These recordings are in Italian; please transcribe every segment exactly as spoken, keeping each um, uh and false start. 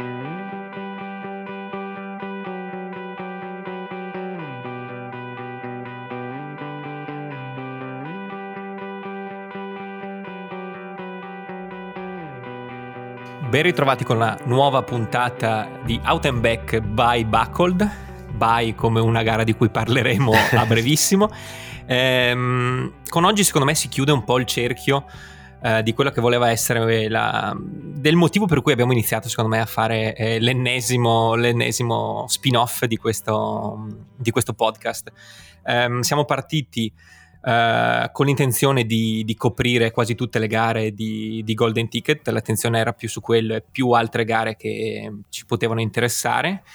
Ben ritrovati con la nuova puntata di Out and Back by Buckled, by come una gara di cui parleremo a brevissimo. Ehm, con oggi secondo me si chiude un po' il cerchio eh, di quello che voleva essere la, del motivo per cui abbiamo iniziato secondo me a fare eh, l'ennesimo, l'ennesimo spin-off di questo, di questo podcast. Ehm, siamo partiti Uh, con l'intenzione di, di coprire quasi tutte le gare di, di Golden Ticket. L'attenzione era più su quello e più altre gare che ci potevano interessare.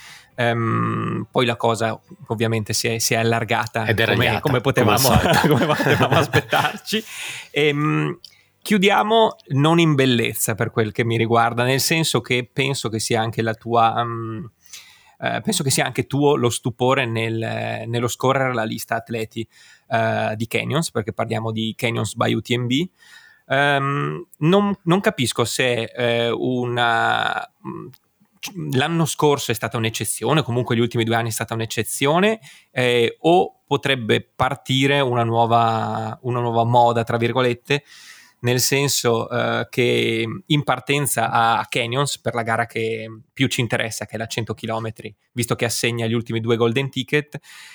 Um, poi la cosa ovviamente si è, si è allargata Ed era come, come potevamo, come potevamo aspettarci. E, um, chiudiamo non in bellezza per quel che mi riguarda, nel senso che penso che sia anche la tua... Um, Uh, penso che sia anche tuo lo stupore nel, nello scorrere la lista atleti uh, di Canyons, perché parliamo di Canyons by U T M B. Um, non, non capisco se uh, una, l'anno scorso è stata un'eccezione, comunque gli ultimi due anni è stata un'eccezione, eh, o potrebbe partire una nuova, una nuova moda, tra virgolette, nel senso uh, che in partenza a Canyons, per la gara che più ci interessa, che è la cento chilometri, visto che assegna gli ultimi due Golden Ticket,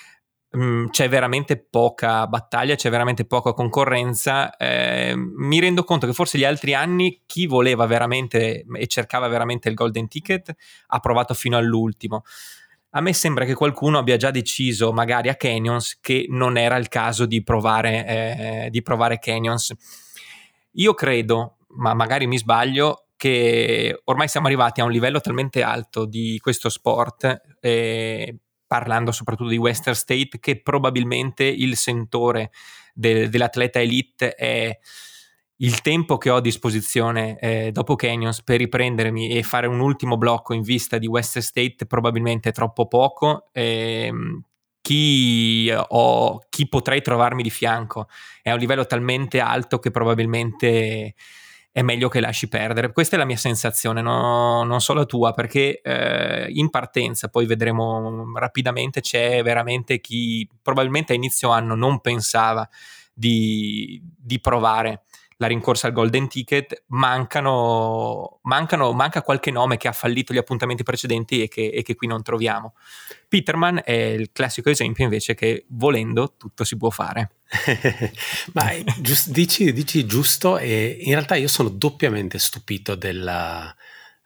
um, c'è veramente poca battaglia, c'è veramente poca concorrenza. Eh, mi rendo conto che forse gli altri anni chi voleva veramente e cercava veramente il Golden Ticket ha provato fino all'ultimo. A me sembra che qualcuno abbia già deciso, magari a Canyons, che non era il caso di provare, eh, di provare Canyons. Io credo, ma magari mi sbaglio, che ormai siamo arrivati a un livello talmente alto di questo sport, eh, parlando soprattutto di Western State, che probabilmente il sentore de- dell'atleta elite è il tempo che ho a disposizione eh, dopo Canyons per riprendermi e fare un ultimo blocco in vista di Western State probabilmente è troppo poco. Ehm, Chi, ho, chi potrei trovarmi di fianco è a un livello talmente alto che probabilmente è meglio che lasci perdere. Questa è la mia sensazione, no, non so la tua, perché eh, in partenza, poi vedremo rapidamente, c'è veramente chi probabilmente a inizio anno non pensava di, di provare la rincorsa al Golden Ticket. Mancano, mancano, manca qualche nome che ha fallito gli appuntamenti precedenti e che, e che qui non troviamo. Peterman è il classico esempio invece che volendo tutto si può fare. Ma giust, dici, dici giusto, e in realtà io sono doppiamente stupito della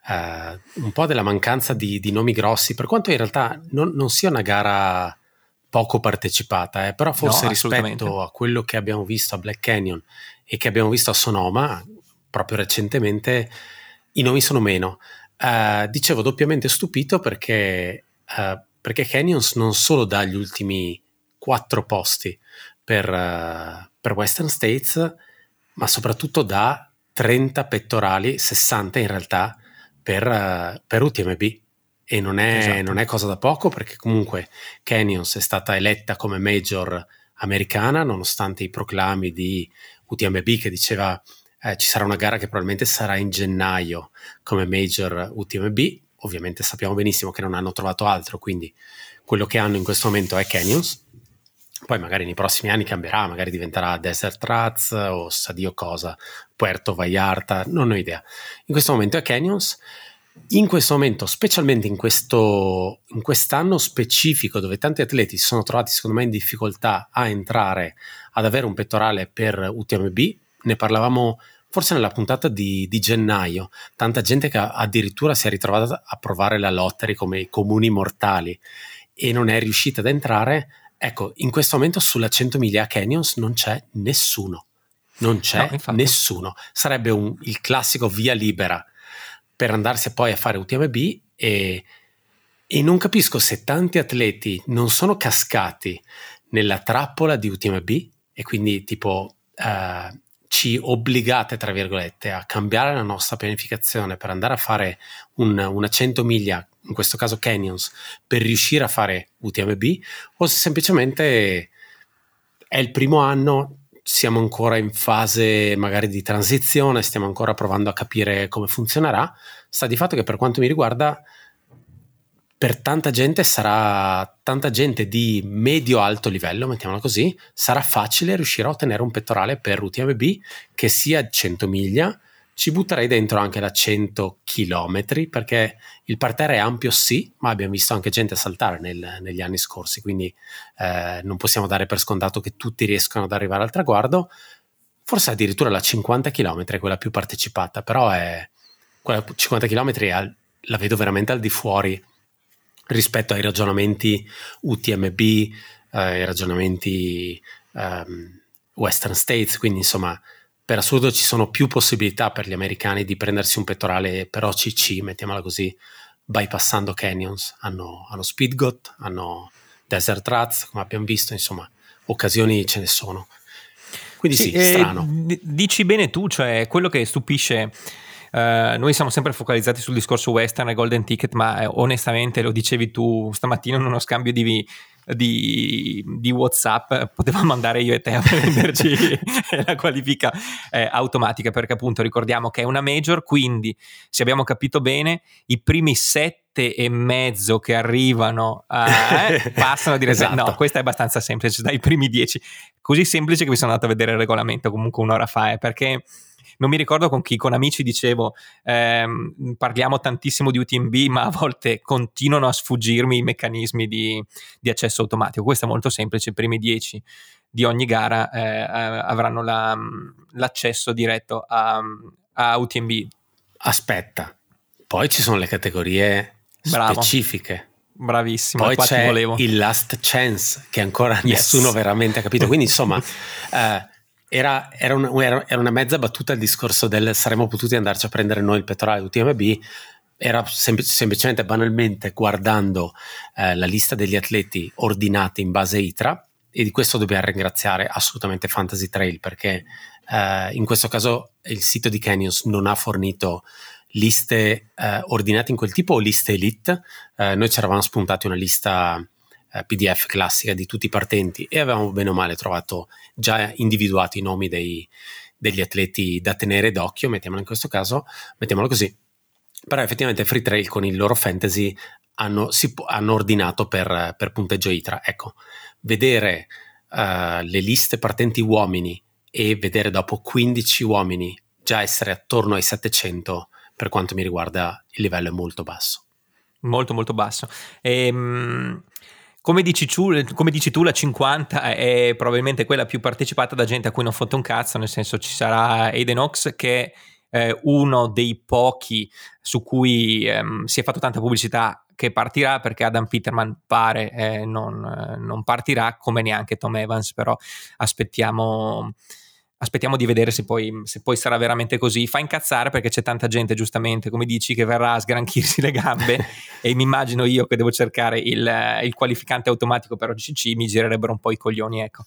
uh, un po' della mancanza di, di nomi grossi, per quanto in realtà non, non sia una gara poco partecipata, eh, però forse no, rispetto a quello che abbiamo visto a Black Canyon e che abbiamo visto a Sonoma proprio recentemente, i nomi sono meno. Uh, dicevo doppiamente stupito perché uh, perché Canyons non solo dà gli ultimi quattro posti per, uh, per Western States, ma soprattutto dà trenta pettorali, sessanta in realtà, per, uh, per U T M B. E non è, esatto. non è cosa da poco, perché comunque Canyons è stata eletta come major americana, nonostante i proclami di U T M B che diceva eh, ci sarà una gara che probabilmente sarà in gennaio come major U T M B. Ovviamente sappiamo benissimo che non hanno trovato altro, quindi quello che hanno in questo momento è Canyons. Poi magari nei prossimi anni cambierà, magari diventerà Desert Rats o sa Dio cosa, Puerto Vallarta, non ho idea. In questo momento è Canyons. In questo momento, specialmente in questo in quest'anno specifico, dove tanti atleti si sono trovati secondo me in difficoltà a entrare, ad avere un pettorale per U T M B, ne parlavamo forse nella puntata di, di gennaio, tanta gente che addirittura si è ritrovata a provare la lottery come i comuni mortali e non è riuscita ad entrare. Ecco, in questo momento sulla cento miglia a Canyons non c'è nessuno, non c'è no, nessuno, sarebbe un, il classico via libera per andarsi poi a fare U T M B e, e non capisco se tanti atleti non sono cascati nella trappola di U T M B e quindi tipo uh, ci obbligate tra virgolette a cambiare la nostra pianificazione per andare a fare un, una cento miglia, in questo caso Canyons, per riuscire a fare U T M B, o se semplicemente è il primo anno, siamo ancora in fase magari di transizione, stiamo ancora provando a capire come funzionerà. Sta di fatto che per quanto mi riguarda, per tanta gente sarà, tanta gente di medio-alto livello, mettiamola così, sarà facile riuscire a ottenere un pettorale per U T M B che sia cento miglia. Ci butterei dentro anche da cento chilometri, perché il parterre è ampio sì, ma abbiamo visto anche gente saltare nel, negli anni scorsi, quindi eh, non possiamo dare per scontato che tutti riescano ad arrivare al traguardo. Forse addirittura la cinquanta chilometri è quella più partecipata, però è quella cinquanta chilometri è, la vedo veramente al di fuori rispetto ai ragionamenti U T M B, eh, ai ragionamenti um, Western States, quindi insomma per assurdo ci sono più possibilità per gli americani di prendersi un pettorale per O C C, mettiamola così, bypassando canyons. Hanno, hanno Speedgoat, hanno Desert Rats, come abbiamo visto, insomma occasioni ce ne sono. Quindi sì, sì strano. Eh, dici bene tu, cioè quello che stupisce. Uh, noi siamo sempre focalizzati sul discorso western e golden ticket, ma eh, onestamente lo dicevi tu stamattina in uno scambio di, di, di WhatsApp, potevamo andare io e te a prenderci la qualifica eh, automatica, perché appunto ricordiamo che è una major, quindi se abbiamo capito bene i primi sette e mezzo che arrivano a, eh, passano direttamente. Esatto. No, questa è abbastanza semplice, dai primi dieci, così semplice che mi sono andato a vedere il regolamento comunque un'ora fa, eh, perché non mi ricordo con chi, con amici dicevo ehm, parliamo tantissimo di U T M B, ma a volte continuano a sfuggirmi i meccanismi di, di accesso automatico. Questo è molto semplice, i primi dieci di ogni gara eh, avranno la, l'accesso diretto a, a U T M B. Aspetta, poi ci sono le categorie Bravo. specifiche. Bravissimo. Poi c'è volevo. il last chance che ancora yes. nessuno veramente ha capito, quindi insomma eh, Era, era, un, era, era una mezza battuta il discorso del saremmo potuti andarci a prendere noi il pettorale U T M B. Era sem- semplicemente banalmente guardando eh, la lista degli atleti ordinati in base I T R A, e di questo dobbiamo ringraziare assolutamente Fantasy Trail, perché eh, in questo caso il sito di Canyons non ha fornito liste eh, ordinate in quel tipo o liste elite. Eh, noi ci eravamo spuntati una lista P D F classica di tutti i partenti e avevamo bene o male trovato già individuati i nomi dei, degli atleti da tenere d'occhio, mettiamolo in questo caso, mettiamolo così. Però effettivamente Free Trail con il loro fantasy hanno, si, hanno ordinato per, per punteggio I T R A. Ecco, vedere uh, le liste partenti uomini e vedere dopo quindici uomini già essere attorno ai settecento, per quanto mi riguarda il livello è molto basso. Molto molto basso. Ehm... Come dici, tu, come dici tu, la cinquanta è probabilmente quella più partecipata da gente a cui non fotte un cazzo, nel senso ci sarà Aiden Ox che è eh, uno dei pochi su cui ehm, si è fatto tanta pubblicità che partirà, perché Adam Peterman pare eh, non, eh, non partirà, come neanche Tom Evans, però aspettiamo... Aspettiamo di vedere se poi, se poi sarà veramente così. Fa incazzare perché c'è tanta gente, giustamente, come dici, che verrà a sgranchirsi le gambe e mi immagino io che devo cercare il, il qualificante automatico per O C C, mi girerebbero un po' i coglioni, ecco.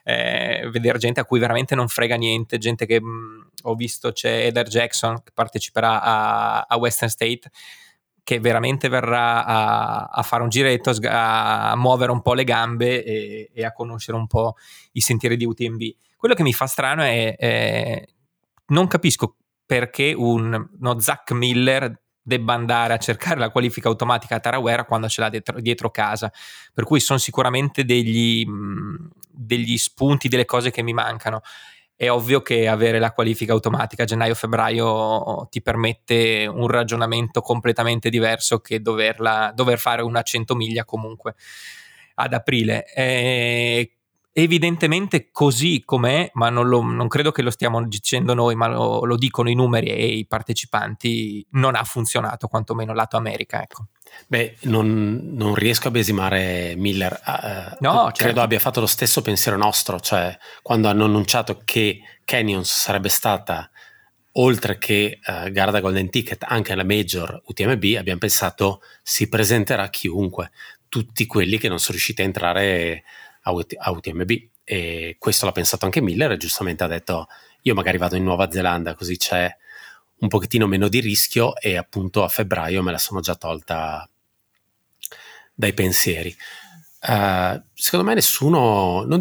Eh, vedere gente a cui veramente non frega niente, gente che mh, ho visto, c'è Eder Jackson che parteciperà a, a Western State, che veramente verrà a, a fare un giretto, a, a muovere un po' le gambe e, e a conoscere un po' i sentieri di U T M B. Quello che mi fa strano è, è non capisco perché un, uno Zach Miller debba andare a cercare la qualifica automatica a Tarawera quando ce l'ha dietro, dietro casa, per cui sono sicuramente degli, mh, degli spunti, delle cose che mi mancano. È ovvio che avere la qualifica automatica a gennaio-febbraio ti permette un ragionamento completamente diverso che doverla, dover fare una cento miglia comunque ad aprile. E evidentemente così com'è, ma non, lo, non credo che lo stiamo dicendo noi, ma lo, lo dicono i numeri e i partecipanti, non ha funzionato, quantomeno lato America, ecco. Beh, non, non riesco a besimare Miller, uh, no, credo certo. abbia fatto lo stesso pensiero nostro, cioè quando hanno annunciato che Canyons sarebbe stata, oltre che uh, gara da Golden Ticket, anche la Major U T M B, abbiamo pensato si presenterà chiunque, tutti quelli che non sono riusciti a entrare a U T M B, e questo l'ha pensato anche Miller e giustamente ha detto io magari vado in Nuova Zelanda così c'è un pochettino meno di rischio, e appunto a febbraio me la sono già tolta dai pensieri. Uh, secondo me nessuno, non dico,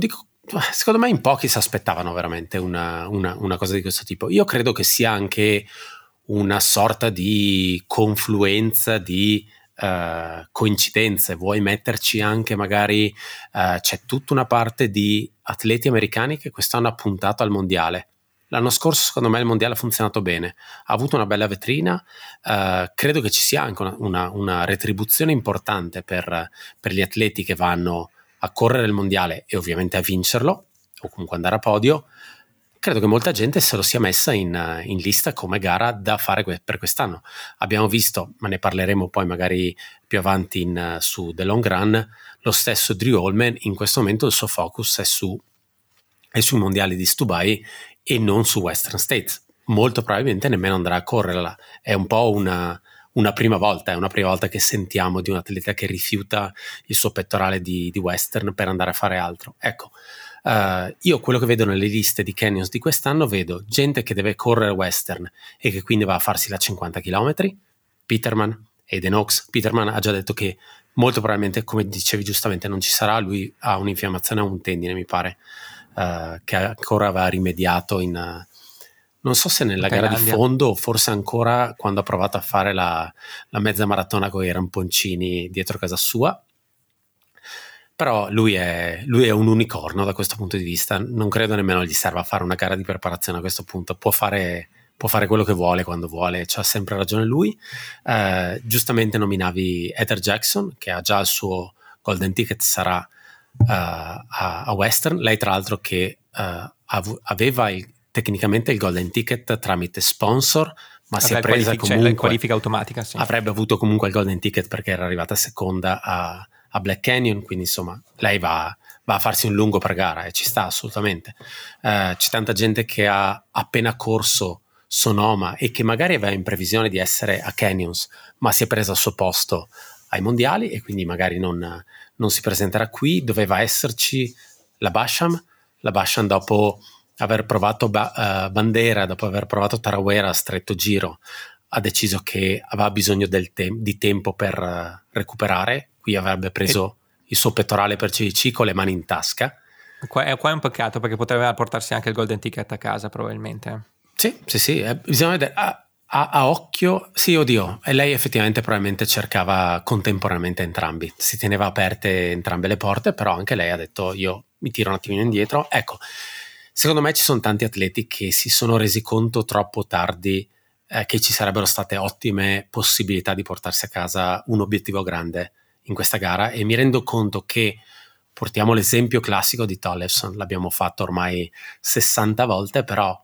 secondo me in pochi si aspettavano veramente una, una, una cosa di questo tipo. Io credo che sia anche una sorta di confluenza di uh, coincidenze. Vuoi metterci anche magari uh, c'è tutta una parte di atleti americani che quest'anno ha puntato al mondiale. L'anno scorso secondo me il mondiale ha funzionato bene, ha avuto una bella vetrina, uh, credo che ci sia anche una, una, una retribuzione importante per, per gli atleti che vanno a correre il mondiale e ovviamente a vincerlo o comunque andare a podio. Credo che molta gente se lo sia messa in, in lista come gara da fare que- per quest'anno. Abbiamo visto, ma ne parleremo poi magari più avanti in, su The Long Run, lo stesso Drew Allman in questo momento il suo focus è, su, è sui mondiali di Dubai e non su Western States. Molto probabilmente nemmeno andrà a correrla. È un po' una, una prima volta, è una prima volta che sentiamo di un atleta che rifiuta il suo pettorale di, di Western per andare a fare altro. Ecco, uh, io quello che vedo nelle liste di Canyons di quest'anno, vedo gente che deve correre Western e che quindi va a farsi la cinquanta chilometri, Peterman, Hayden Oaks. Peterman ha già detto che molto probabilmente, come dicevi giustamente, non ci sarà, lui ha un'infiammazione a un tendine, mi pare, uh, che ancora aveva rimediato in... Uh, non so se nella gara di fondo o forse ancora quando ha provato a fare la, la mezza maratona con i ramponcini dietro casa sua. Però lui è, lui è un unicorno da questo punto di vista, non credo nemmeno gli serva a fare una gara di preparazione a questo punto, può fare, può fare quello che vuole quando vuole, c'ha sempre ragione lui. Eh, giustamente nominavi Heather Jackson, che ha già il suo golden ticket, sarà uh, a, a Western, lei tra l'altro che uh, av- aveva il tecnicamente il golden ticket tramite sponsor, ma si è presa comunque la qualifica automatica, sì. Avrebbe avuto comunque il golden ticket perché era arrivata seconda a, a Black Canyon, quindi insomma lei va, va a farsi un lungo per gara e ci sta assolutamente. Uh, c'è tanta gente che ha appena corso Sonoma e che magari aveva in previsione di essere a Canyons, ma si è presa il suo posto ai mondiali e quindi magari non, non si presenterà qui. Doveva esserci la Basham, la Basham dopo aver provato ba- uh, Bandera, dopo aver provato Tarawera a stretto giro, ha deciso che aveva bisogno del te- di tempo per uh, recuperare. Qui avrebbe preso e... il suo pettorale per C D C con le mani in tasca. Qua è, qua è un peccato perché poteva portarsi anche il golden ticket a casa probabilmente. Sì, sì, sì, eh, bisogna vedere. A, a, a occhio, sì, oddio, e lei effettivamente probabilmente cercava contemporaneamente entrambi, si teneva aperte entrambe le porte, però anche lei ha detto io mi tiro un attimino indietro. Ecco, secondo me ci sono tanti atleti che si sono resi conto troppo tardi eh, che ci sarebbero state ottime possibilità di portarsi a casa un obiettivo grande in questa gara, e mi rendo conto che portiamo l'esempio classico di Tollefson, l'abbiamo fatto ormai sessanta volte, però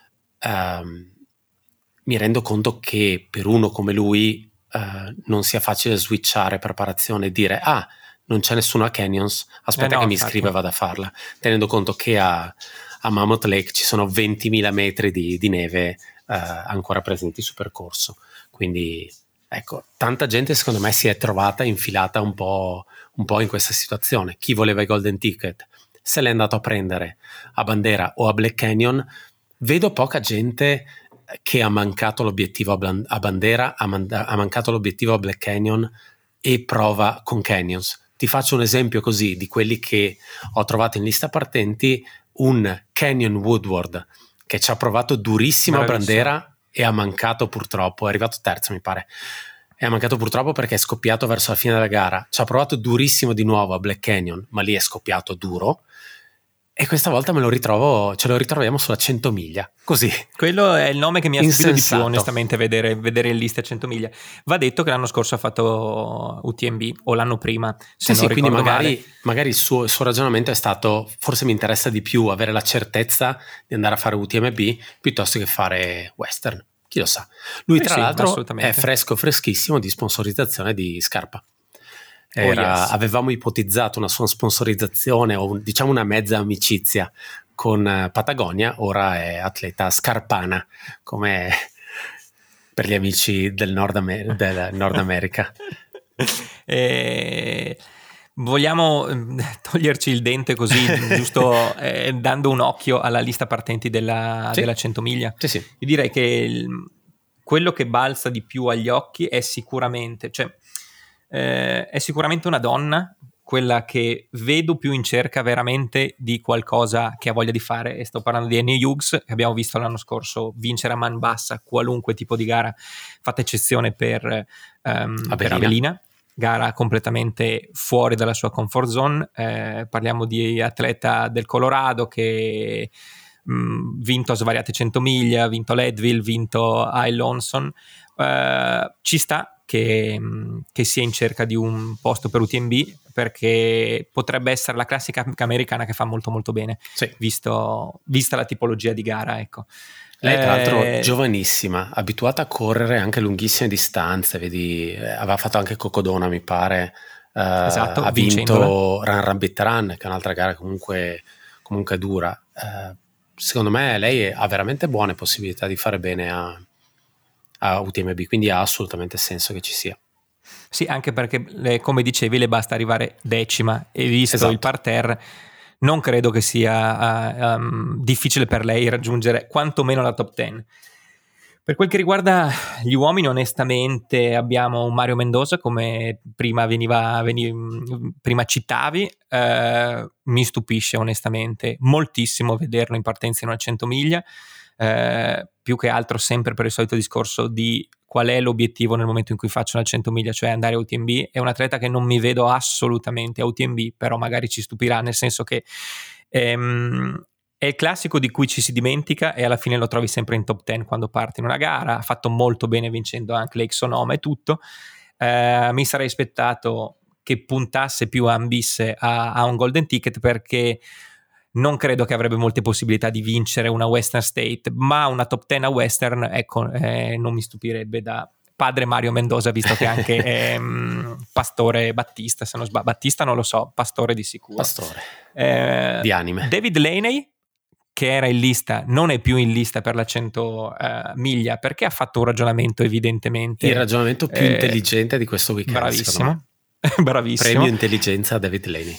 ehm, mi rendo conto che per uno come lui eh, non sia facile switchare preparazione e dire ah, non c'è nessuno a Canyons, aspetta eh no, che mi iscriva e vado a farla, tenendo conto che a, a Mammoth Lake ci sono ventimila metri di, di neve eh, ancora presenti sul percorso. Quindi ecco, tanta gente secondo me si è trovata infilata un po', un po' in questa situazione. Chi voleva i golden ticket se l'è andato a prendere a Bandera o a Black Canyon. Vedo poca gente che ha mancato l'obiettivo a Bandera, ha, man- ha mancato l'obiettivo a Black Canyon e prova con Canyons. Ti faccio un esempio così di quelli che ho trovato in lista partenti, un Canyon Woodward che ci ha provato durissimo a Bandera e ha mancato purtroppo, è arrivato terzo mi pare, e ha mancato purtroppo perché è scoppiato verso la fine della gara. Ci ha provato durissimo di nuovo a Black Canyon, ma lì è scoppiato duro. E questa volta me lo ritrovo, ce lo ritroviamo sulla cento miglia, così. Quello è il nome che mi ha stupito di più, onestamente, vedere, vedere in lista a cento miglia. Va detto che l'anno scorso ha fatto U T M B, o l'anno prima, se sì, non sì, quindi magari, male. magari il, suo, il suo ragionamento è stato, forse mi interessa di più avere la certezza di andare a fare U T M B piuttosto che fare Western, chi lo sa. Lui eh tra sì, l'altro è fresco, freschissimo di sponsorizzazione di Scarpa. Era, oh yes. Avevamo ipotizzato una sua sponsorizzazione o diciamo una mezza amicizia con Patagonia, ora è atleta scarpana, come per gli amici del Nord, Amer- del Nord America. eh, vogliamo toglierci il dente così, giusto eh, dando un occhio alla lista partenti della, sì. della cento miglia? Sì, sì. Io direi che il, quello che balza di più agli occhi è sicuramente... Cioè, Eh, è sicuramente una donna quella che vedo più in cerca veramente di qualcosa che ha voglia di fare, e sto parlando di Annie Hughes, che abbiamo visto l'anno scorso vincere a man bassa qualunque tipo di gara, fatta eccezione per, um, Avellina. per Avellina, gara completamente fuori dalla sua comfort zone. Eh, parliamo di atleta del Colorado che mh, vinto svariate cento miglia, vinto Leadville, vinto High Lonson. Uh, ci sta che, che sia in cerca di un posto per U T M B, perché potrebbe essere la classica americana che fa molto molto bene, sì. visto, vista la tipologia di gara, ecco. Lei tra l'altro eh, giovanissima, abituata a correre anche lunghissime distanze, vedi, eh, aveva fatto anche Cocodona mi pare, eh, esatto, ha vincendola. vinto Run Rabbit Run, che è un'altra gara comunque, comunque dura. Eh, secondo me lei ha veramente buone possibilità di fare bene a, a U T M B, quindi ha assolutamente senso che ci sia. Sì, anche perché eh, come dicevi le basta arrivare decima, e visto Esatto. il parterre non credo che sia uh, um, difficile per lei raggiungere quantomeno la top dieci. Per quel che riguarda gli uomini, onestamente abbiamo un Mario Mendoza, come prima veniva, veniva prima citavi, eh, mi stupisce onestamente moltissimo vederlo in partenza in una cento miglia, eh, più che altro sempre per il solito discorso di qual è l'obiettivo nel momento in cui faccio una cento miglia, cioè andare a U T M B. È un atleta che non mi vedo assolutamente a U T M B, però magari ci stupirà, nel senso che ehm, è il classico di cui ci si dimentica e alla fine lo trovi sempre in top dieci quando parte in una gara. Ha fatto molto bene vincendo anche Lake Sonoma e tutto. Eh, mi sarei aspettato che puntasse più, ambisse a, a un golden ticket, perché non credo che avrebbe molte possibilità di vincere una Western State, ma una top dieci a Western, ecco, eh, non mi stupirebbe da padre Mario Mendoza, visto che anche è um, Pastore Battista, se non sbaglio. Battista non lo so, Pastore di sicuro. Pastore. Eh, di anime. David Laney, che era in lista, non è più in lista per la cento uh, miglia, perché ha fatto un ragionamento evidentemente... Il ragionamento più eh, intelligente di questo weekend. Bravissimo. bravissimo. Premio intelligenza a David Laney.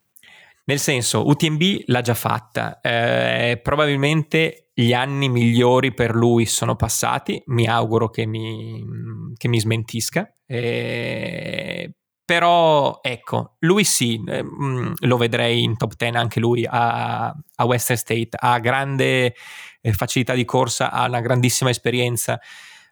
Nel senso, U T M B l'ha già fatta, eh, probabilmente gli anni migliori per lui sono passati, mi auguro che mi, che mi smentisca, eh, però ecco, lui sì, eh, lo vedrei in top dieci anche lui a, a Western State, ha grande eh, facilità di corsa, ha una grandissima esperienza.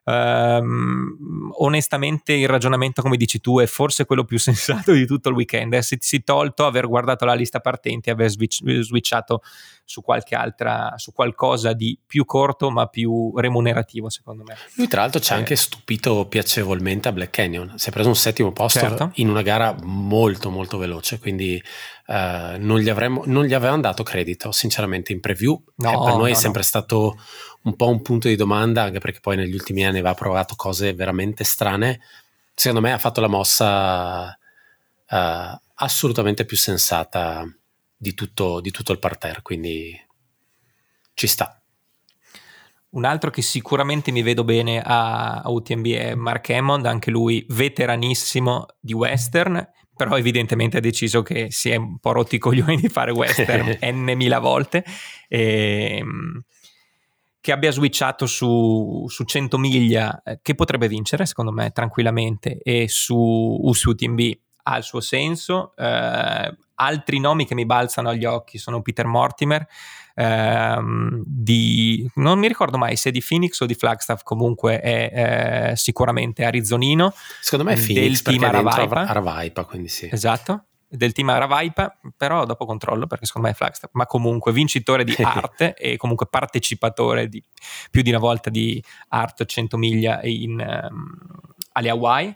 Um, onestamente il ragionamento, come dici tu, è forse quello più sensato di tutto il weekend, eh, se si tolto aver guardato la lista partenti e aver switch, switchato su qualche altra, su qualcosa di più corto ma più remunerativo, secondo me. Lui tra l'altro ci ha eh. anche stupito piacevolmente a Black Canyon, si è preso un settimo posto, certo, in una gara molto molto veloce, quindi uh, non gli avremmo non gli avevamo dato credito sinceramente in preview. No, eh, per noi no, è sempre no. stato un po' un punto di domanda, anche perché poi negli ultimi anni aveva provato cose veramente strane. Secondo me ha fatto la mossa uh, assolutamente più sensata di tutto, di tutto il parterre, quindi ci sta. Un altro che sicuramente mi vedo bene a, a U T M B è Mark Hammond, anche lui veteranissimo di Western, però evidentemente ha deciso che si è un po' rotti i coglioni di fare Western n mila volte, e che abbia switchato su, su cento miglia, eh, che potrebbe vincere secondo me tranquillamente, e su, su U T M B ha il suo senso. Eh, altri nomi che mi balzano agli occhi sono Peter Mortimer, ehm, di, non mi ricordo mai se è di Phoenix o di Flagstaff, comunque è eh, sicuramente arizonino, secondo me è Phoenix, del team Aravaipa. Aravaipa, quindi sì, esatto, del team Aravaipa, però dopo controllo perché secondo me è Flagstaff, ma comunque vincitore di Art e comunque partecipatore di più di una volta di Art cento miglia in, um, alle Hawaii.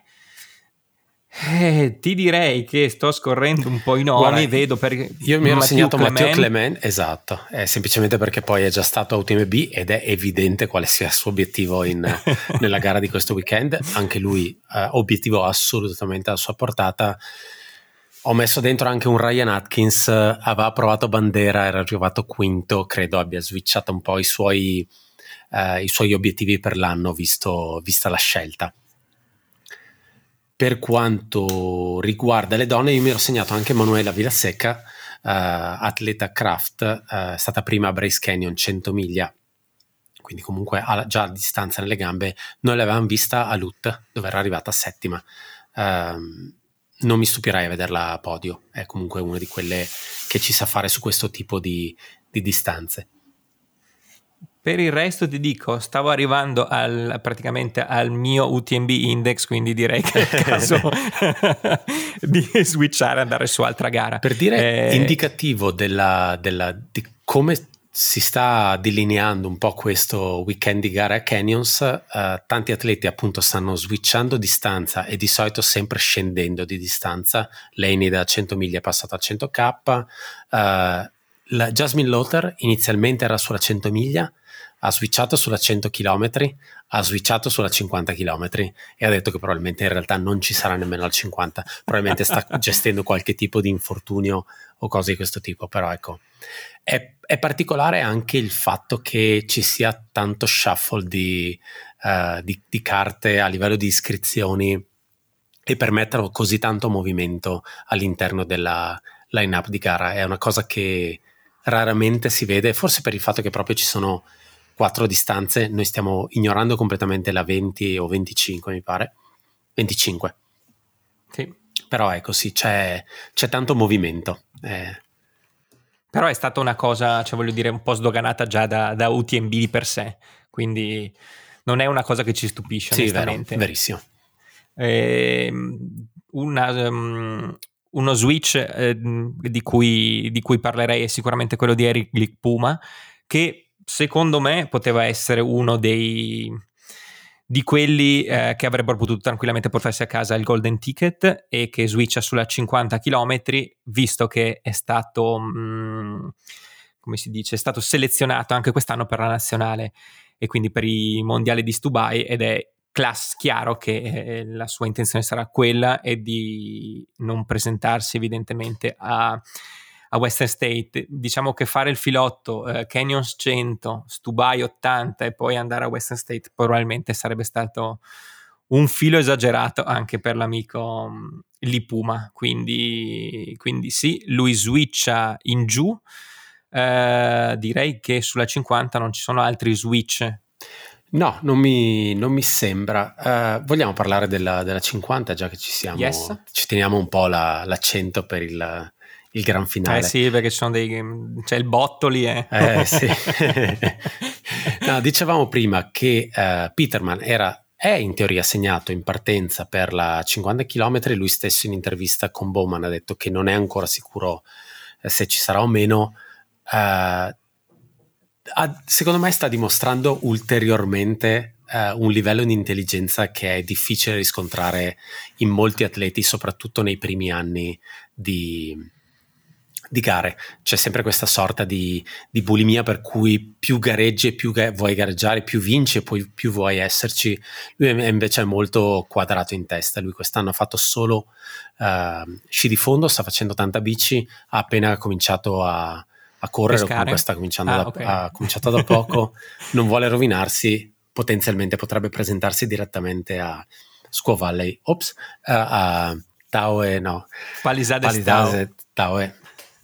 Eh, ti direi che sto scorrendo un po' i nomi. Guarda, vedo perché io mi ero segnato Matteo Clement, esatto, eh, semplicemente perché poi è già stato a U T M B ed è evidente quale sia il suo obiettivo in, nella gara di questo weekend. Anche lui eh, obiettivo assolutamente alla sua portata. Ho messo dentro anche un Ryan Atkins, aveva provato bandera, era arrivato quinto, credo abbia switchato un po' i suoi, eh, i suoi obiettivi per l'anno, visto, vista la scelta. Per quanto riguarda le donne, io mi ero segnato anche Manuela Villaseca, uh, atleta craft, uh, stata prima a Bryce Canyon cento miglia, quindi comunque ha già distanza nelle gambe. Noi l'avevamo vista a Lut, dove era arrivata settima. Uh, non mi stupirei a vederla a podio, è comunque una di quelle che ci sa fare su questo tipo di, di distanze. Per il resto ti dico, stavo arrivando al, praticamente al mio U T M B index, quindi direi che è il caso di switchare e andare su altra gara. Per dire eh, indicativo della, della, di come si sta delineando un po' questo weekend di gare a Canyons, uh, tanti atleti appunto stanno switchando distanza e di solito sempre scendendo di distanza. Laney da cento miglia è passata a cento K, uh, la Jasmine Lawter inizialmente era sulla cento miglia, ha switchato sulla cento chilometri, ha switchato sulla cinquanta chilometri e ha detto che probabilmente in realtà non ci sarà nemmeno al cinquanta, probabilmente sta gestendo qualche tipo di infortunio o cose di questo tipo. Però ecco, è, è particolare anche il fatto che ci sia tanto shuffle di, uh, di, di carte a livello di iscrizioni e permettano così tanto movimento all'interno della line-up di gara. È una cosa che raramente si vede, forse per il fatto che proprio ci sono quattro distanze. Noi stiamo ignorando completamente la venti o venticinque, mi pare venticinque, sì. Però ecco, sì, c'è, c'è tanto movimento, eh. Però è stata una cosa, cioè voglio dire, un po' sdoganata già da, da U T M B di per sé, quindi non è una cosa che ci stupisce, sì, onestamente. Vero, verissimo. Eh, una, um, uno switch eh, di, cui, di cui parlerei è sicuramente quello di Eric Glick Puma, che secondo me poteva essere uno dei di quelli eh, che avrebbero potuto tranquillamente portarsi a casa il golden ticket e che switcha sulla cinquanta chilometri, visto che è stato mh, come si dice, è stato selezionato anche quest'anno per la nazionale e quindi per i mondiali di Dubai, ed è class chiaro che eh, la sua intenzione sarà quella e di non presentarsi evidentemente a a Western State. Diciamo che fare il filotto eh, Canyons cento, Dubai ottanta e poi andare a Western State probabilmente sarebbe stato un filo esagerato anche per l'amico um, Lipuma, quindi, quindi sì, lui switcha in giù. Eh, direi che sulla cinquanta non ci sono altri switch. No, non mi, non mi sembra. Uh, vogliamo parlare della, della cinquanta, già che ci siamo? Yes. Ci teniamo un po' la, l'accento per il, il gran finale. Eh sì, perché ci sono dei, c'è il botto lì. Eh, eh sì. No, dicevamo prima che uh, Peterman era, è in teoria segnato in partenza per la cinquanta chilometri. Lui stesso in intervista con Bowman ha detto che non è ancora sicuro eh, se ci sarà o meno. Uh, secondo me sta dimostrando ulteriormente uh, un livello di intelligenza che è difficile riscontrare in molti atleti, soprattutto nei primi anni di, di gare. C'è sempre questa sorta di, di bulimia per cui più gareggi e più ga- vuoi gareggiare, più vinci e poi più vuoi esserci. Lui invece è molto quadrato in testa. Lui quest'anno ha fatto solo uh, sci di fondo, sta facendo tanta bici, ha appena cominciato a a correre, pescare. O comunque sta cominciando, ah, da, okay. ha cominciato da poco, non vuole rovinarsi, potenzialmente potrebbe presentarsi direttamente a Squaw Valley, ops, uh, a Tahoe, no, Palisades, Palisades Tahoe,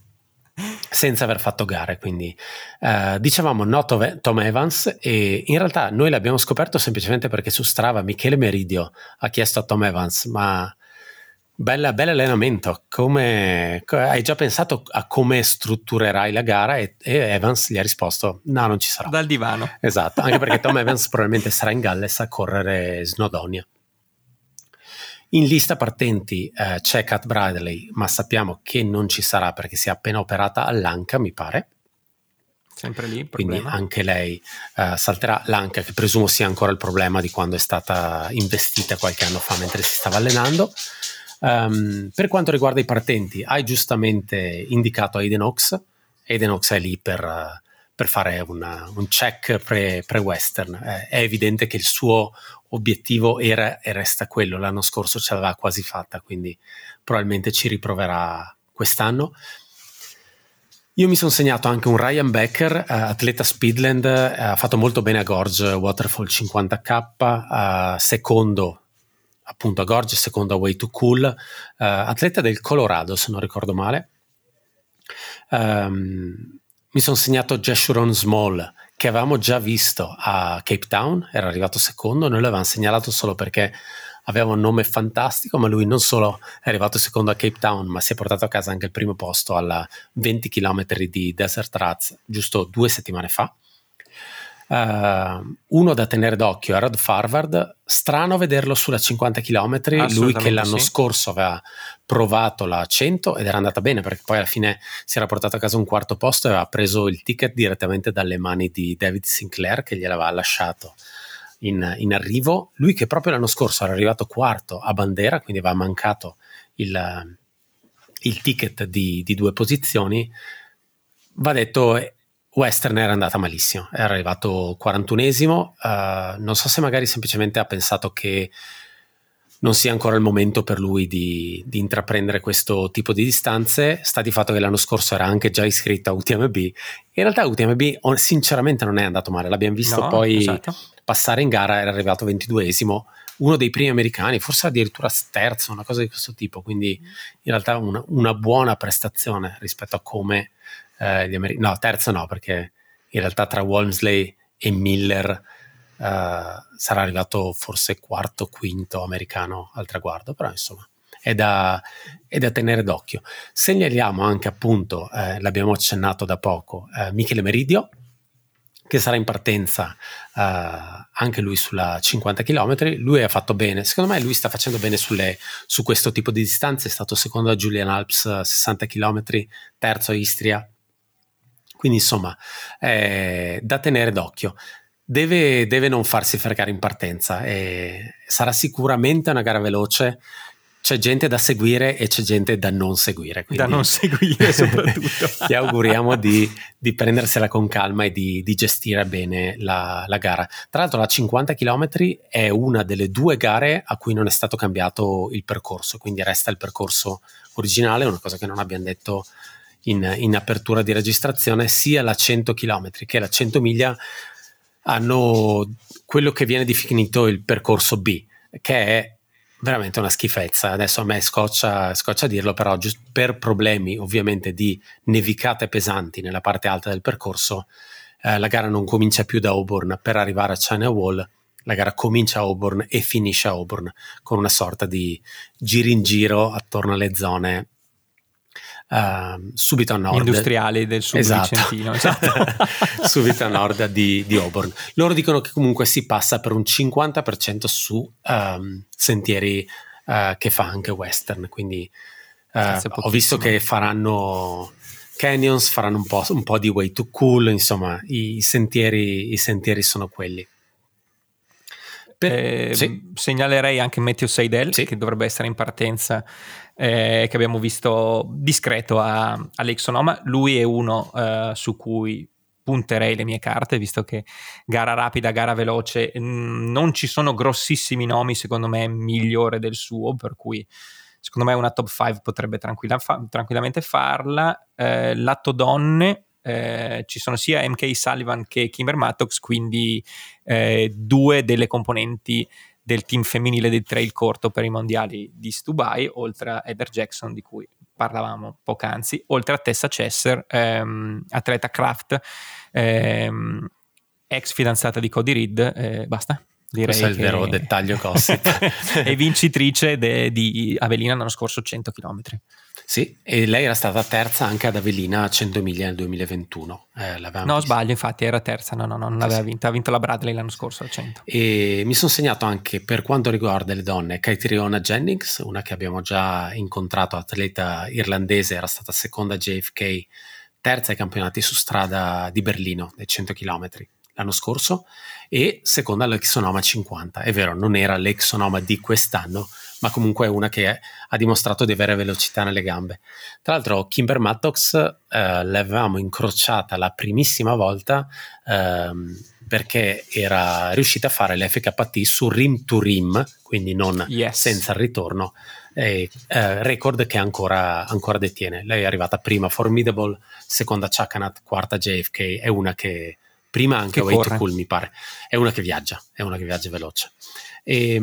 senza aver fatto gare. Quindi uh, dicevamo no to- Tom Evans, e in realtà noi l'abbiamo scoperto semplicemente perché su Strava Michele Meridio ha chiesto a Tom Evans, ma Bella, bello allenamento, come hai già pensato a come strutturerai la gara? E, e Evans gli ha risposto no, non ci sarà. Dal divano. Esatto, anche perché Tom Evans probabilmente sarà in Galles a correre Snowdonia. In lista partenti eh, c'è Kat Bradley, ma sappiamo che non ci sarà perché si è appena operata all'anca, mi pare. Sempre lì il quindi problema. Anche lei uh, salterà l'anca, che presumo sia ancora il problema di quando è stata investita qualche anno fa mentre si stava allenando. Um, per quanto riguarda i partenti, hai giustamente indicato Aiden Oaks. Aiden Oaks è lì per, uh, per fare una, un check pre, pre-western. Eh, è evidente che il suo obiettivo era e resta quello. L'anno scorso ce l'aveva quasi fatta, quindi probabilmente ci riproverà quest'anno. Io mi sono segnato anche un Ryan Becker, uh, atleta Speedland, uh, ha fatto molto bene a Gorge Waterfall cinquanta K, uh, secondo appunto a Gorge, secondo a Way to Cool, uh, atleta del Colorado se non ricordo male. Um, mi sono segnato Jeshurun Small, che avevamo già visto a Cape Town, era arrivato secondo, noi l'avevamo segnalato solo perché aveva un nome fantastico, ma lui non solo è arrivato secondo a Cape Town, ma si è portato a casa anche il primo posto alla venti chilometri di Desert Rats giusto due settimane fa. Uh, uno da tenere d'occhio è Rod Farvard, strano vederlo sulla cinquanta chilometri, lui che l'anno sì. scorso aveva provato la cento ed era andata bene, perché poi alla fine si era portato a casa un quarto posto e aveva preso il ticket direttamente dalle mani di David Sinclair, che gliel'aveva lasciato in, in arrivo. Lui che proprio l'anno scorso era arrivato quarto a bandera, quindi aveva mancato il, il ticket di, di due posizioni. Va detto, Western era andata malissimo, era arrivato quarantunesimo, uh, non so se magari semplicemente ha pensato che non sia ancora il momento per lui di, di intraprendere questo tipo di distanze. Sta di fatto che l'anno scorso era anche già iscritto a U T M B. In realtà U T M B sinceramente non è andato male, l'abbiamo visto no, poi esatto. passare in gara, era arrivato ventiduesimo, uno dei primi americani, forse addirittura terzo, una cosa di questo tipo, quindi in realtà una, una buona prestazione rispetto a come eh, gli americani, no terzo no, perché in realtà tra Walmsley e Miller Uh, sarà arrivato forse quarto, quinto americano al traguardo, però insomma è da, è da tenere d'occhio. Segnaliamo anche appunto, eh, l'abbiamo accennato da poco, eh, Michele Meridio, che sarà in partenza uh, anche lui sulla cinquanta chilometri. Lui ha fatto bene, secondo me lui sta facendo bene sulle, su questo tipo di distanze, è stato secondo a Julian Alps sessanta chilometri, terzo a Istria, quindi insomma è da tenere d'occhio. Deve, deve non farsi fregare in partenza, e sarà sicuramente una gara veloce. C'è gente da seguire e c'è gente da non seguire, quindi da non seguire soprattutto. Ti auguriamo di, di prendersela con calma e di, di gestire bene la, la gara. Tra l'altro la cinquanta chilometri è una delle due gare a cui non è stato cambiato il percorso, quindi resta il percorso originale, una cosa che non abbiamo detto in, in apertura di registrazione. Sia la cento chilometri che la cento miglia hanno quello che viene definito il percorso B, che è veramente una schifezza. Adesso a me scoccia, scoccia dirlo, però giusto per problemi ovviamente di nevicate pesanti nella parte alta del percorso, eh, la gara non comincia più da Auburn per arrivare a China Wall, la gara comincia a Auburn e finisce a Auburn con una sorta di giro in giro attorno alle zone Uh, subito a nord, industriali del sud esatto. vicentino, esatto. subito a nord di, di Auburn. Loro dicono che comunque si passa per un cinquanta per cento su um, sentieri uh, che fa anche Western, quindi uh, ho visto che faranno canyons, faranno un po', un po' di way to cool, insomma i sentieri, i sentieri sono quelli. Per, eh, sì. Segnalerei anche Matteo Seidel, sì. che dovrebbe essere in partenza, eh, che abbiamo visto discreto a, a Lake Sonoma. Lui è uno eh, su cui punterei le mie carte, visto che gara rapida, gara veloce, mh, non ci sono grossissimi nomi, secondo me migliore del suo, per cui secondo me una top cinque potrebbe tranquilla, fa, tranquillamente farla. Eh, lato donne, Eh, ci sono sia M K Sullivan che Kimber Mattox, quindi eh, due delle componenti del team femminile del trail corto per i mondiali di Dubai, oltre a Heather Jackson di cui parlavamo poc'anzi, oltre a Tessa Chesser, ehm, atleta craft, ehm, ex fidanzata di Cody Reed, eh, basta. Direi questo è il che... vero dettaglio gossip. E vincitrice de, di Avellina l'anno scorso cento chilometri. Sì, e lei era stata terza anche ad Avellina a cento miglia nel duemilaventuno. Eh, no, visto. sbaglio, infatti era terza, no, no, no non sì, aveva vinto, ha vinto la Bradley l'anno scorso al cento. E mi sono segnato anche per quanto riguarda le donne, Caitriona Jennings, una che abbiamo già incontrato, atleta irlandese, era stata seconda a J F K, terza ai campionati su strada di Berlino dei cento chilometri l'anno scorso, e seconda all'Lake Sonoma cinquanta. È vero, non era Lake Sonoma di quest'anno, ma comunque è una che è, ha dimostrato di avere velocità nelle gambe. Tra l'altro Kimber Mattox eh, l'avevamo incrociata la primissima volta ehm, perché era riuscita a fare l'F K T su rim to rim, quindi non yes. senza il ritorno, e, eh, record che ancora, ancora detiene. Lei è arrivata prima Formidable, seconda Chakanat, quarta J F K, è una che prima anche Way to Cool mi pare, è una che viaggia, è una che viaggia veloce. E,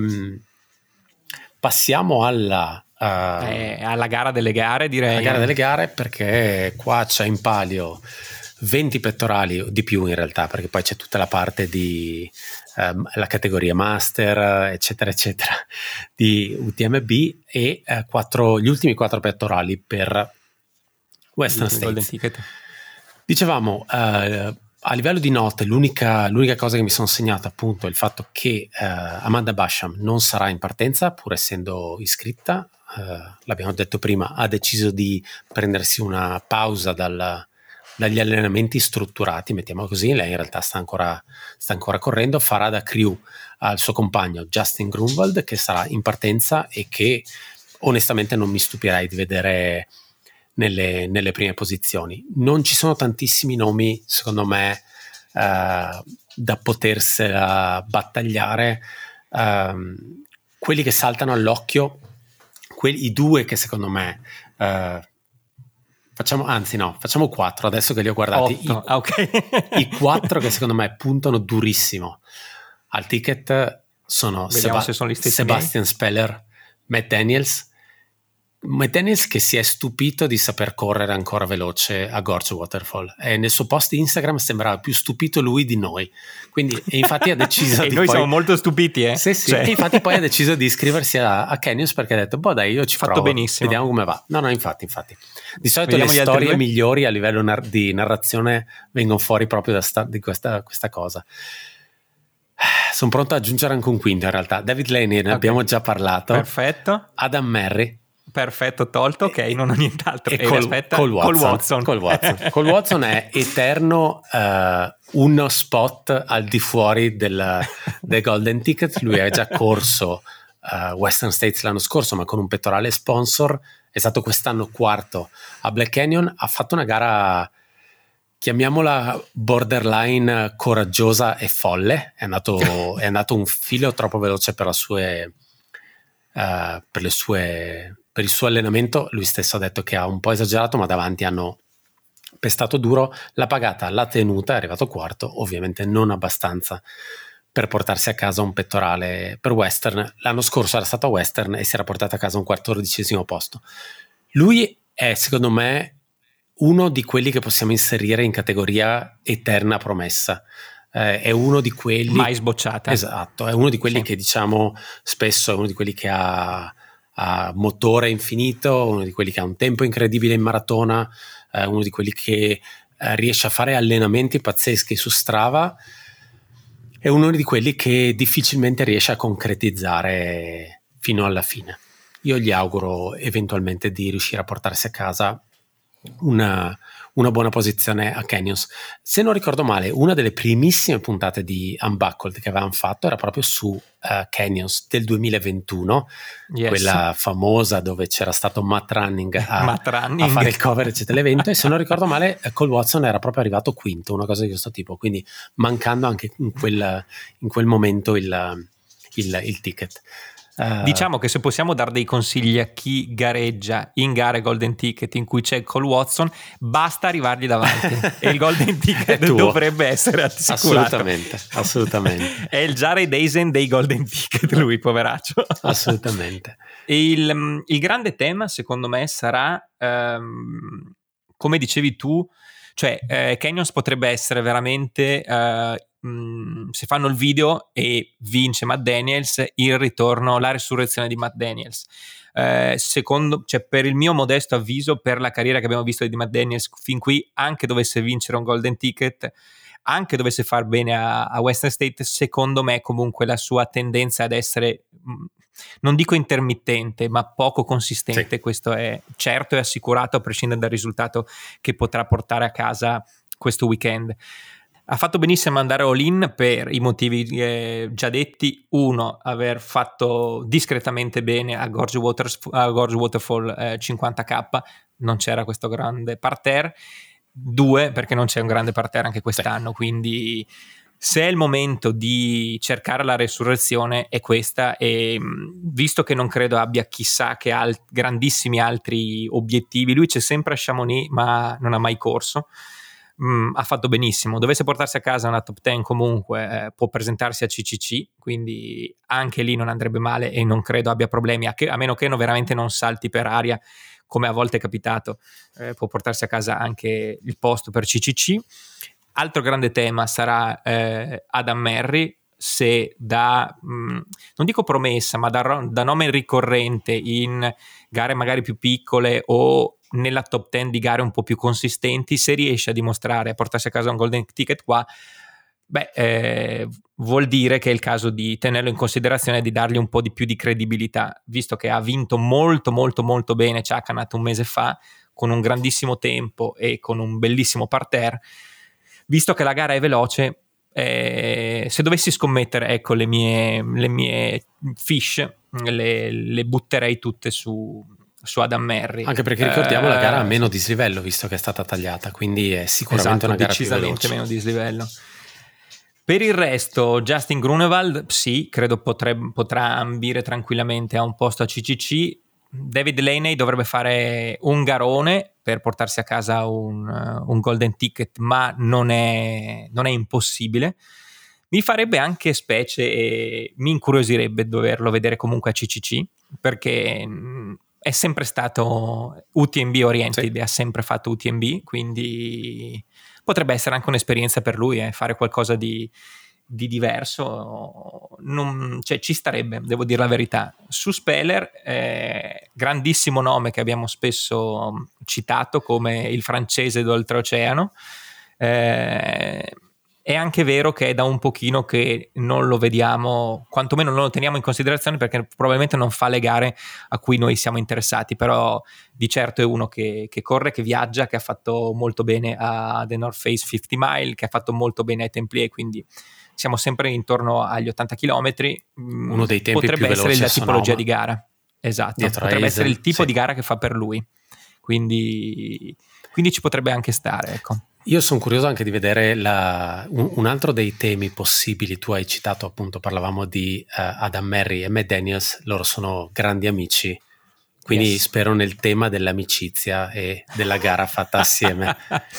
passiamo alla, uh, eh, alla gara delle gare, direi. Alla gara delle gare, perché qua c'è in palio venti pettorali o di più in realtà, perché poi c'è tutta la parte di um, la categoria master eccetera eccetera di U T M B e uh, quattro, gli ultimi quattro pettorali per Western States. Dicevamo, uh, a livello di note l'unica, l'unica cosa che mi sono segnato appunto è il fatto che uh, Amanda Basham non sarà in partenza pur essendo iscritta. Uh, l'abbiamo detto prima, ha deciso di prendersi una pausa dal, dagli allenamenti strutturati, mettiamo così. Lei in realtà sta ancora, sta ancora correndo, farà da crew al suo compagno Justin Grunwald, che sarà in partenza e che onestamente non mi stupirei di vedere nelle, nelle prime posizioni. Non ci sono tantissimi nomi secondo me uh, da potersela battagliare. Uh, quelli che saltano all'occhio, quelli, i due che secondo me uh, facciamo, anzi no, facciamo quattro adesso che li ho guardati. I, ah, okay. I quattro che secondo me puntano durissimo al ticket sono, Seba- se sono Sebastian miei. Speller, Matt Daniels. Matt Daniels che si è stupito di saper correre ancora veloce a Gorge Waterfall, e nel suo post Instagram sembrava più stupito lui di noi, quindi e infatti ha deciso e di noi poi... siamo molto stupiti eh sì, sì. Cioè... E infatti poi ha deciso di iscriversi a, a Canyons perché ha detto boh dai io ci fatto provo, benissimo, vediamo come va. No no infatti infatti di solito Vediamo le storie migliori a livello nar- di narrazione vengono fuori proprio da sta- di questa, questa cosa. Sono pronto ad aggiungere anche un quinto in realtà. David Laney, ne okay. abbiamo già parlato. Perfetto. Adam Merry. Perfetto, tolto, ok, non ho nient'altro. E, e col, aspetta, col Watson. Col Watson. Col Watson. Col Watson è eterno uh, uno spot al di fuori del, del Golden Ticket. Lui ha già corso uh, Western States l'anno scorso, ma con un pettorale sponsor. È stato quest'anno quarto a Black Canyon. Ha fatto una gara, chiamiamola borderline coraggiosa e folle. È andato, è andato un filo troppo veloce per, la sue, uh, per le sue... per il suo allenamento. Lui stesso ha detto che ha un po' esagerato, ma davanti hanno pestato duro. L'ha pagata, l'ha tenuta, è arrivato quarto, ovviamente non abbastanza per portarsi a casa un pettorale per Western. L'anno scorso era stato a Western e si era portato a casa un quattordicesimo posto. Lui è secondo me uno di quelli che possiamo inserire in categoria eterna promessa. Eh, è uno di quelli mai sbocciata. Esatto, è uno di quelli sì. che diciamo spesso è uno di quelli che ha ha motore infinito, uno di quelli che ha un tempo incredibile in maratona, eh, uno di quelli che eh, riesce a fare allenamenti pazzeschi su Strava, è uno di quelli che difficilmente riesce a concretizzare fino alla fine. Io gli auguro eventualmente di riuscire a portarsi a casa una, una buona posizione a Canyons. Se non ricordo male, una delle primissime puntate di Unbuckled che avevamo fatto era proprio su uh, Canyons del duemilaventuno, yes. Quella famosa dove c'era stato Matt Running a, Matt Running. a fare il coverage dell'evento, e se non ricordo male Cole Watson era proprio arrivato quinto, una cosa di questo tipo, quindi mancando anche in quel, in quel momento il, il, il ticket. Uh, diciamo che se possiamo dare dei consigli a chi gareggia in gare Golden Ticket in cui c'è Cole Watson, basta arrivargli davanti e il Golden Ticket dovrebbe essere assicurato. Assolutamente, assolutamente. È il Jared Eisen dei Golden Ticket lui, poveraccio. Assolutamente. il, il grande tema secondo me sarà um, come dicevi tu, cioè eh, Canyons potrebbe essere veramente uh, mh, se fanno il video e vince Matt Daniels, il ritorno, la resurrezione di Matt Daniels. Eh, secondo, cioè per il mio modesto avviso, per la carriera che abbiamo visto di Matt Daniels fin qui, anche dovesse vincere un Golden Ticket, anche dovesse far bene a, a Western State, secondo me comunque la sua tendenza ad essere mh, non dico intermittente, ma poco consistente, sì. Questo è certo e assicurato a prescindere dal risultato che potrà portare a casa questo weekend. Ha fatto benissimo andare all in per i motivi eh, già detti. Uno, aver fatto discretamente bene a Gorge, Waters, a Gorge Waterfall eh, cinquanta K, non c'era questo grande parterre. Due, perché non c'è un grande parterre anche quest'anno, sì. Quindi se è il momento di cercare la resurrezione è questa, e visto che non credo abbia chissà che al- grandissimi altri obiettivi, lui c'è sempre a Chamonix ma non ha mai corso. Mm, ha fatto benissimo. Dovesse portarsi a casa una top dieci comunque, eh, può presentarsi a C C C, quindi anche lì non andrebbe male e non credo abbia problemi, a, che, a meno che no, veramente non salti per aria come a volte è capitato, eh, può portarsi a casa anche il posto per C C C. Altro grande tema sarà eh, Adam Merry, se da, mh, non dico promessa, ma da, da nome ricorrente in gare magari più piccole o nella top dieci di gare un po' più consistenti, se riesce a dimostrare, a portarsi a casa un golden ticket qua, beh, eh, vuol dire che è il caso di tenerlo in considerazione e di dargli un po' di più di credibilità, visto che ha vinto molto molto molto bene Chakanat un mese fa, con un grandissimo tempo e con un bellissimo parterre. Visto che la gara è veloce, eh, se dovessi scommettere, ecco, le mie, le mie fish le, le butterei tutte su, su Adam Merry. Anche perché ricordiamo eh, la gara ha meno sì. dislivello, visto che è stata tagliata, quindi è sicuramente esatto, una gara decisamente più veloce. meno dislivello. Per il resto, Justin Grunewald, sì, credo potrebbe, potrà ambire tranquillamente a un posto a C C C. David Laney dovrebbe fare un garone per portarsi a casa un, un golden ticket, ma non è, non è impossibile. Mi farebbe anche specie e mi incuriosirebbe doverlo vedere comunque a C C C, perché è sempre stato U T M B oriented, sì. Ha sempre fatto U T M B, quindi potrebbe essere anche un'esperienza per lui, eh, fare qualcosa di, di diverso, non, cioè ci starebbe, devo dire la verità. Su Speller, eh, grandissimo nome che abbiamo spesso citato come il francese d'oltreoceano, eh, è anche vero che è da un pochino che non lo vediamo, quantomeno non lo teniamo in considerazione, perché probabilmente non fa le gare a cui noi siamo interessati, però di certo è uno che, che corre, che viaggia, che ha fatto molto bene a The North Face cinquanta Mile, che ha fatto molto bene ai Templiers, quindi siamo sempre intorno agli ottanta chilometri. Uno dei tempi potrebbe più essere la tipologia Sonoma. Di gara, esatto, Dietro potrebbe Hazel, essere il tipo sì. di gara che fa per lui, quindi, quindi ci potrebbe anche stare, ecco. Io sono curioso anche di vedere la, un, un altro dei temi possibili. Tu hai citato, appunto, parlavamo di uh, Adam Merry e Matt Daniels, loro sono grandi amici, quindi yes. Spero nel tema dell'amicizia e della gara fatta assieme.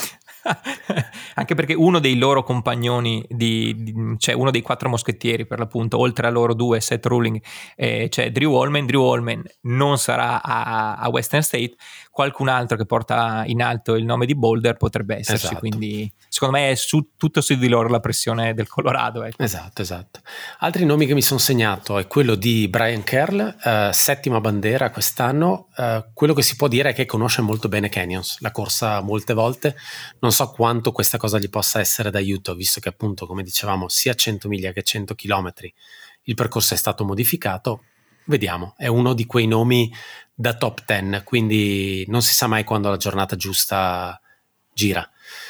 Anche perché uno dei loro compagnoni, di, di, cioè uno dei quattro moschettieri per l'appunto, oltre a loro due, Seth Ruling, eh, cioè Drew Allman. Drew Allman non sarà a, a Western State, qualcun altro che porta in alto il nome di Boulder potrebbe esserci, esatto. Quindi secondo me è su, tutto su di loro la pressione del Colorado, ecco. Esatto, esatto. Altri nomi che mi sono segnato è quello di Brian Kerl, eh, settima bandiera quest'anno. Eh, quello che si può dire è che conosce molto bene Canyons, la corsa molte volte. Non so quanto questa cosa gli possa essere d'aiuto, visto che appunto, come dicevamo, sia cento miglia che cento chilometri il percorso è stato modificato. Vediamo, è uno di quei nomi da top dieci, quindi non si sa mai quando la giornata giusta gira.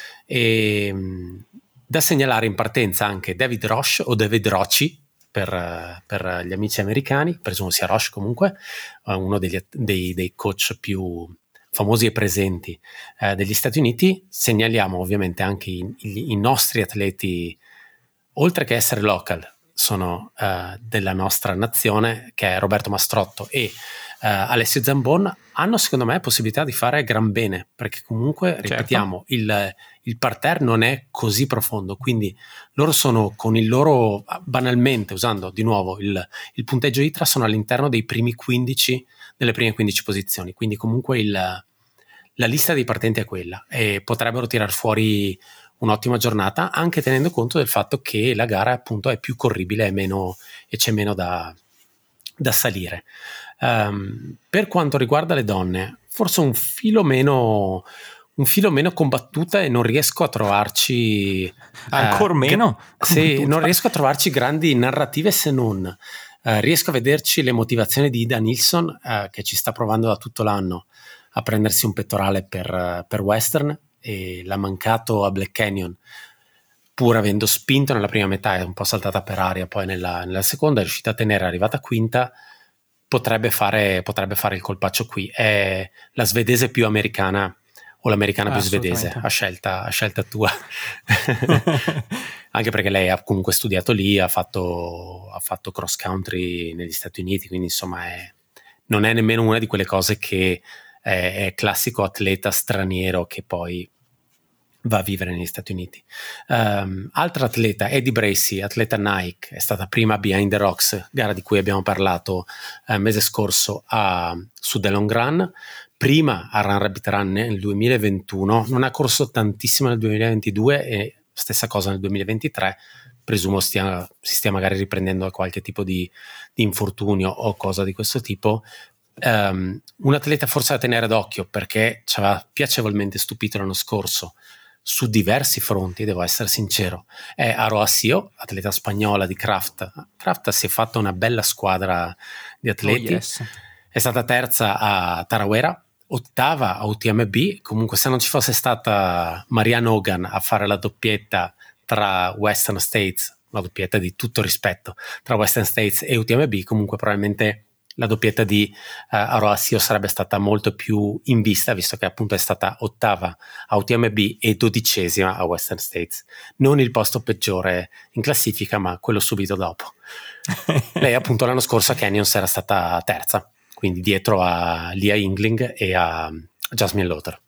E da segnalare in partenza anche David Roche o David Rocci per, per gli amici americani, presumo sia Roche comunque, uno degli, dei, dei coach più famosi e presenti eh, degli Stati Uniti. Segnaliamo ovviamente anche i, i, i nostri atleti, oltre che essere local, sono eh, della nostra nazione, che è Roberto Mastrotto e eh, Alessio Zambon. Hanno secondo me possibilità di fare gran bene, perché comunque, ripetiamo, certo. il, il parterre non è così profondo, quindi loro sono con il loro, banalmente usando di nuovo il, il punteggio I T R A, sono all'interno dei primi quindici, delle prime quindici posizioni, quindi comunque il, la lista dei partenti è quella e potrebbero tirar fuori un'ottima giornata, anche tenendo conto del fatto che la gara appunto è più corribile e, meno, e c'è meno da, da salire. Um, per quanto riguarda le donne, forse un filo meno un filo meno combattuta e non riesco a trovarci ancora uh, meno g- sì, non riesco a trovarci grandi narrative, se non uh, riesco a vederci le motivazioni di Ida Nilsson, uh, che ci sta provando da tutto l'anno a prendersi un pettorale per, uh, per Western, e l'ha mancato a Black Canyon, pur avendo spinto nella prima metà, è un po' saltata per aria, poi nella, nella seconda è riuscita a tenere, è arrivata quinta, potrebbe fare, potrebbe fare il colpaccio qui. È la svedese più americana o l'americana più svedese, a scelta, a scelta tua. Anche perché lei ha comunque studiato lì, ha fatto, ha fatto cross country negli Stati Uniti, quindi insomma è, non è nemmeno una di quelle cose che è, è classico atleta straniero che poi va a vivere negli Stati Uniti. Um, altra atleta, Eddie Bracey, atleta Nike, è stata prima Behind the Rocks, gara di cui abbiamo parlato il eh, mese scorso a, su The Long Run, prima a Run Rabbit Run nel duemilaventuno, non ha corso tantissimo nel duemilaventidue e stessa cosa nel duemilaventitré, presumo stia, si stia magari riprendendo da qualche tipo di, di infortunio o cosa di questo tipo. Um, un atleta forse da tenere d'occhio perché ci aveva piacevolmente stupito l'anno scorso su diversi fronti, devo essere sincero, è Aroa Sio, atleta spagnola di Kraft. Kraft si è fatta una bella squadra di atleti, oh yes. È stata terza a Tarawera, ottava a U T M B. Comunque, se non ci fosse stata Marianne Hogan a fare la doppietta tra Western States, la doppietta di tutto rispetto tra Western States e U T M B, comunque probabilmente la doppietta di uh, Aroa Sio sarebbe stata molto più in vista, visto che appunto è stata ottava a U T M B e dodicesima a Western States. Non il posto peggiore in classifica, ma quello subito dopo. Lei appunto l'anno scorso a Canyons era stata terza, quindi dietro a Lia Yingling e a Jasmine Laughter.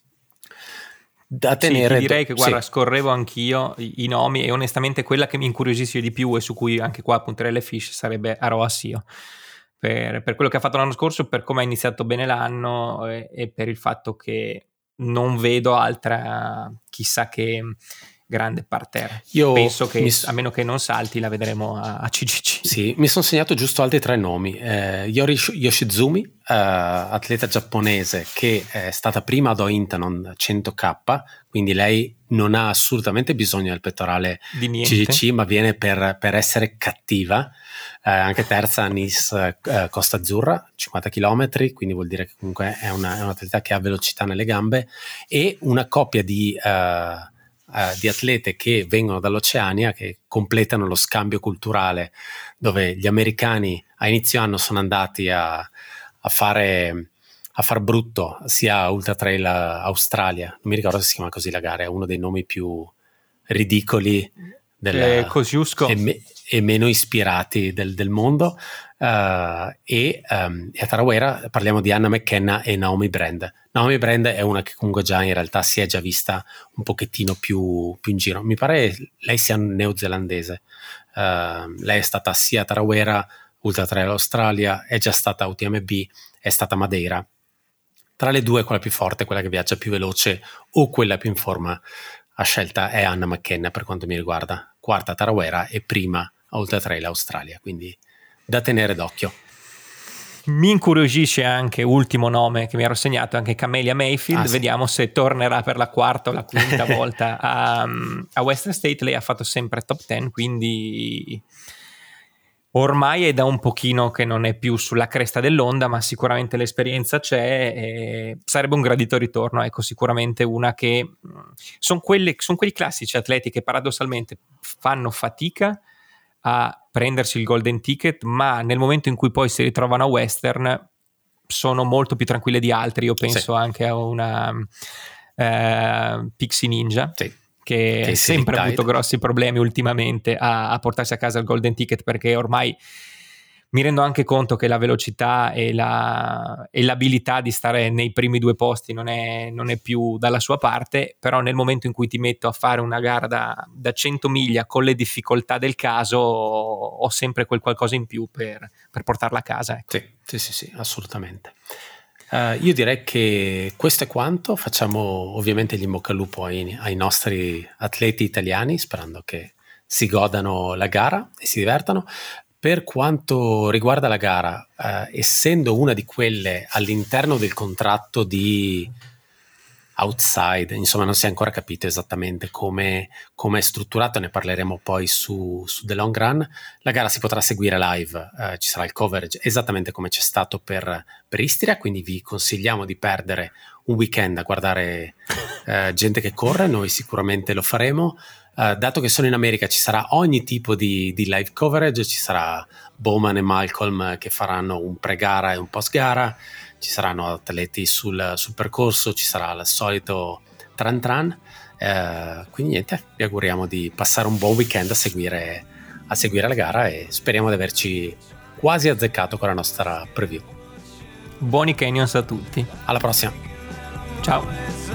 Da tenere, sì, direi che guarda, sì. scorrevo anch'io i, i nomi e onestamente quella che mi incuriosisce di più e su cui anche qua punterei le fiche sarebbe Aroa Sio. Per, per quello che ha fatto l'anno scorso, per come ha iniziato bene l'anno e, e per il fatto che non vedo altra chissà che grande parterre. Io penso che mi... a meno che non salti la vedremo a, a C G C. Sì, mi sono segnato giusto altri tre nomi. eh, Yori Yoshizumi, uh, atleta giapponese che è stata prima ad Ointanon cento K, quindi lei non ha assolutamente bisogno del pettorale di C G C, ma viene per, per essere cattiva. Eh, anche terza a Nice eh, Costa Azzurra, cinquanta chilometri, quindi vuol dire che comunque è, una, è un'atleta che ha velocità nelle gambe, e una coppia di, uh, uh, di atlete che vengono dall'Oceania, che completano lo scambio culturale, dove gli americani a inizio anno sono andati a, a fare a far brutto sia a Ultra Trail Australia, non mi ricordo se si chiama così la gara, è uno dei nomi più ridicoli del, eh, Kosciuszko. E, me, e meno ispirati del, del mondo, uh, e, um, e a Tarawera parliamo di Anna McKenna e Naomi Brand. Naomi Brand è una che comunque già in realtà si è già vista un pochettino più, più in giro, mi pare lei sia neozelandese. Uh, lei è stata sia a Tarawera, Ultra Trail Australia, è già stata a U T M B, è stata a Madeira. Tra le due quella più forte, quella che viaggia più veloce o quella più in forma a scelta è Anna McKenna per quanto mi riguarda, quarta a Tarawera e prima a Ultra Trail Australia, quindi da tenere d'occhio. Mi incuriosisce anche, ultimo nome che mi ero segnato, anche Camelia Mayfield. Ah, sì. Vediamo se tornerà per la quarta o la quinta volta a, a Western State. Lei ha fatto sempre top dieci, quindi ormai è da un pochino che non è più sulla cresta dell'onda, ma sicuramente l'esperienza c'è e sarebbe un gradito ritorno. Ecco, sicuramente una che sono quelle, sono quei classici atleti che paradossalmente fanno fatica a prendersi il golden ticket, ma nel momento in cui poi si ritrovano a Western sono molto più tranquille di altri. Io penso sì. anche a una eh, Pixie Ninja, sì. che ha sempre avuto grossi problemi ultimamente a, a portarsi a casa il golden ticket, perché ormai mi rendo anche conto che la velocità e, la, e l'abilità di stare nei primi due posti non è, non è più dalla sua parte, però nel momento in cui ti metto a fare una gara da, da cento miglia con le difficoltà del caso ho sempre quel qualcosa in più per, per portarla a casa. Ecco. Sì, sì, sì, sì, assolutamente. Uh, io direi che questo è quanto. Facciamo ovviamente gli in bocca al lupo ai, ai nostri atleti italiani, sperando che si godano la gara e si divertano. Per quanto riguarda la gara, uh, essendo una di quelle all'interno del contratto di outside, insomma non si è ancora capito esattamente come, come è strutturato, ne parleremo poi su, su The Long Run. La gara si potrà seguire live, uh, ci sarà il coverage esattamente come c'è stato per, per Istria, quindi vi consigliamo di perdere un weekend a guardare uh, gente che corre, noi sicuramente lo faremo. Uh, dato che sono in America ci sarà ogni tipo di, di live coverage, ci sarà Bowman e Malcolm che faranno un pre-gara e un post-gara, ci saranno atleti sul, sul percorso, ci sarà il solito tran tran, uh, quindi niente, vi auguriamo di passare un buon weekend a seguire, a seguire la gara e speriamo di averci quasi azzeccato con la nostra preview. Buoni Canyons a tutti, alla prossima, ciao.